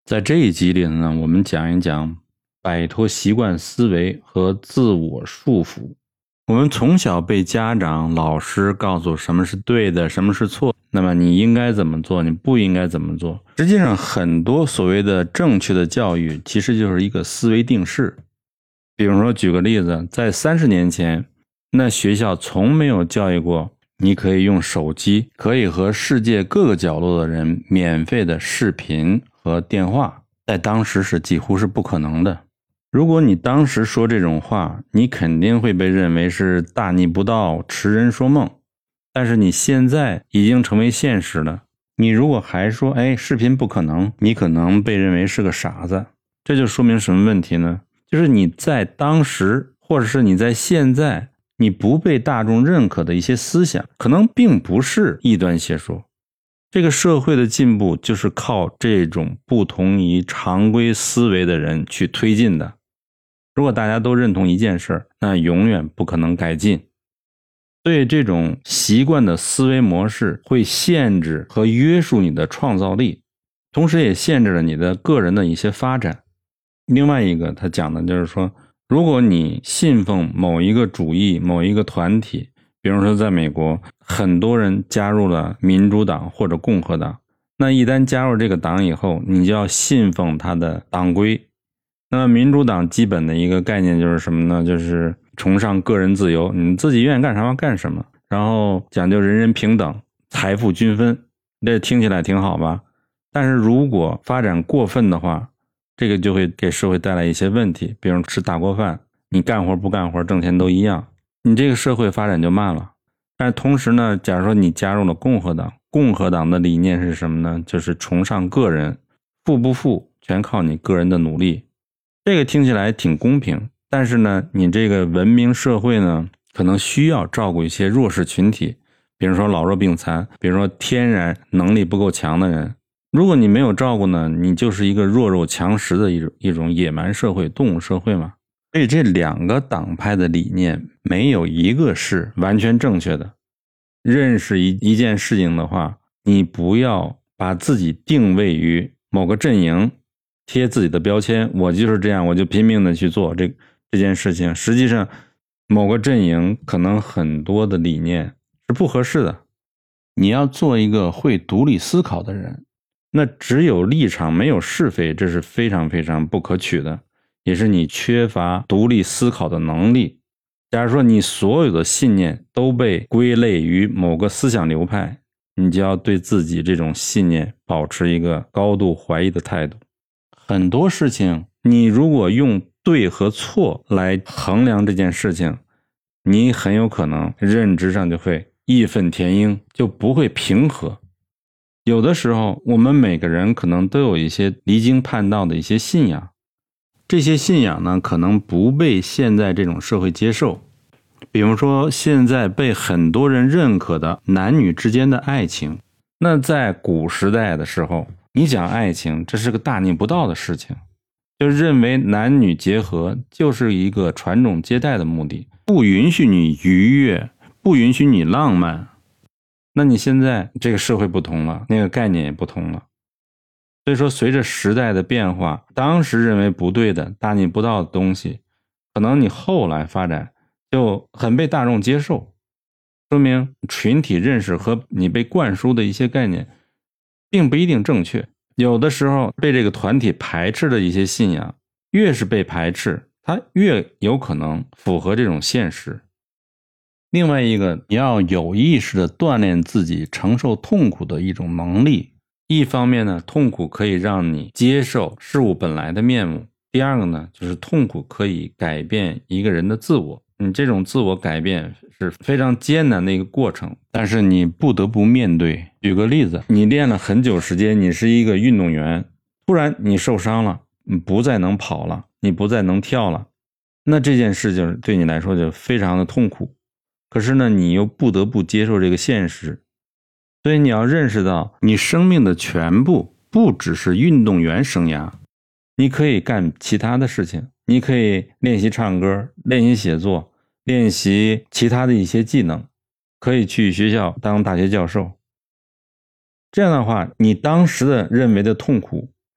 在这一集里呢，我们讲一讲摆脱习惯思维和自我束缚。我们从小被家长、老师告诉什么是对的，什么是错，那么你应该怎么做，你不应该怎么做。实际上很多所谓的正确的教育其实就是一个思维定式。比如说举个例子，在30年前，那学校从没有教育过你可以用手机，可以和世界各个角落的人免费的视频和电话，在当时是几乎是不可能的。如果你当时说这种话，你肯定会被认为是大逆不道、痴人说梦。但是你现在已经成为现实了，你如果还说视频不可能，你可能被认为是个傻子。这就说明什么问题呢？就是你在当时，或者是你在现在，你不被大众认可的一些思想，可能并不是异端邪说。这个社会的进步就是靠这种不同于常规思维的人去推进的。如果大家都认同一件事，那永远不可能改进。所以这种习惯的思维模式会限制和约束你的创造力，同时也限制了你的个人的一些发展。另外一个他讲的就是说，如果你信奉某一个主义、某一个团体，比如说在美国很多人加入了民主党或者共和党，那一旦加入这个党以后，你就要信奉他的党规。那么民主党基本的一个概念就是什么呢？就是崇尚个人自由，你自己愿意干什么干什么，然后讲究人人平等，财富均分。这听起来挺好吧？但是如果发展过分的话，这个就会给社会带来一些问题，比如吃大锅饭，你干活不干活挣钱都一样，你这个社会发展就慢了。但是同时呢，假如说你加入了共和党，共和党的理念是什么呢？就是崇尚个人，富不富全靠你个人的努力。这个听起来挺公平，但是呢，你这个文明社会呢，可能需要照顾一些弱势群体，比如说老弱病残，比如说天然能力不够强的人。如果你没有照顾呢，你就是一个弱肉强食的一种野蛮社会、动物社会嘛。所以这两个党派的理念没有一个是完全正确的。认识一件事情的话，你不要把自己定位于某个阵营，贴自己的标签，我就是这样，我就拼命的去做这件事情。实际上某个阵营可能很多的理念是不合适的。你要做一个会独立思考的人，那只有立场没有是非，这是非常非常不可取的，也是你缺乏独立思考的能力。假如说你所有的信念都被归类于某个思想流派，你就要对自己这种信念保持一个高度怀疑的态度。很多事情你如果用对和错来衡量这件事情，你很有可能认知上就会义愤填膺，就不会平和。有的时候我们每个人可能都有一些离经叛道的一些信仰，这些信仰呢可能不被现在这种社会接受。比如说现在被很多人认可的男女之间的爱情，那在古时代的时候，你讲爱情这是个大逆不道的事情，就认为男女结合就是一个传宗接代的目的，不允许你愉悦，不允许你浪漫。那你现在这个社会不同了，那个概念也不同了。所以说随着时代的变化，当时认为不对的大逆不道的东西，可能你后来发展就很被大众接受，说明群体认识和你被灌输的一些概念并不一定正确。有的时候被这个团体排斥的一些信仰，越是被排斥，它越有可能符合这种现实。另外一个，你要有意识的锻炼自己承受痛苦的一种能力。一方面呢，痛苦可以让你接受事物本来的面目。第二个呢，就是痛苦可以改变一个人的自我。你这种自我改变是非常艰难的一个过程，但是你不得不面对。举个例子，你练了很久时间，你是一个运动员，突然你受伤了，你不再能跑了，你不再能跳了，那这件事就是对你来说就非常的痛苦。可是呢，你又不得不接受这个现实。所以你要认识到，你生命的全部不只是运动员生涯，你可以干其他的事情，你可以练习唱歌，练习写作，练习其他的一些技能，可以去学校当大学教授。这样的话，你当时的认为的痛苦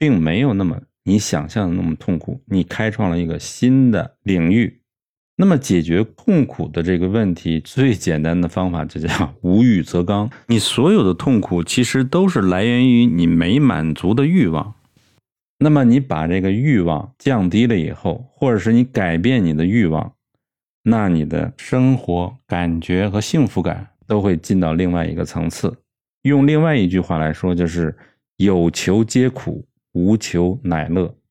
并没有那么你想象的那么痛苦，你开创了一个新的领域。那么解决痛苦的这个问题，最简单的方法就叫无欲则刚。你所有的痛苦其实都是来源于你没满足的欲望。那么你把这个欲望降低了以后，或者是你改变你的欲望，那你的生活感觉和幸福感都会进到另外一个层次。用另外一句话来说，就是有求皆苦，无求乃乐。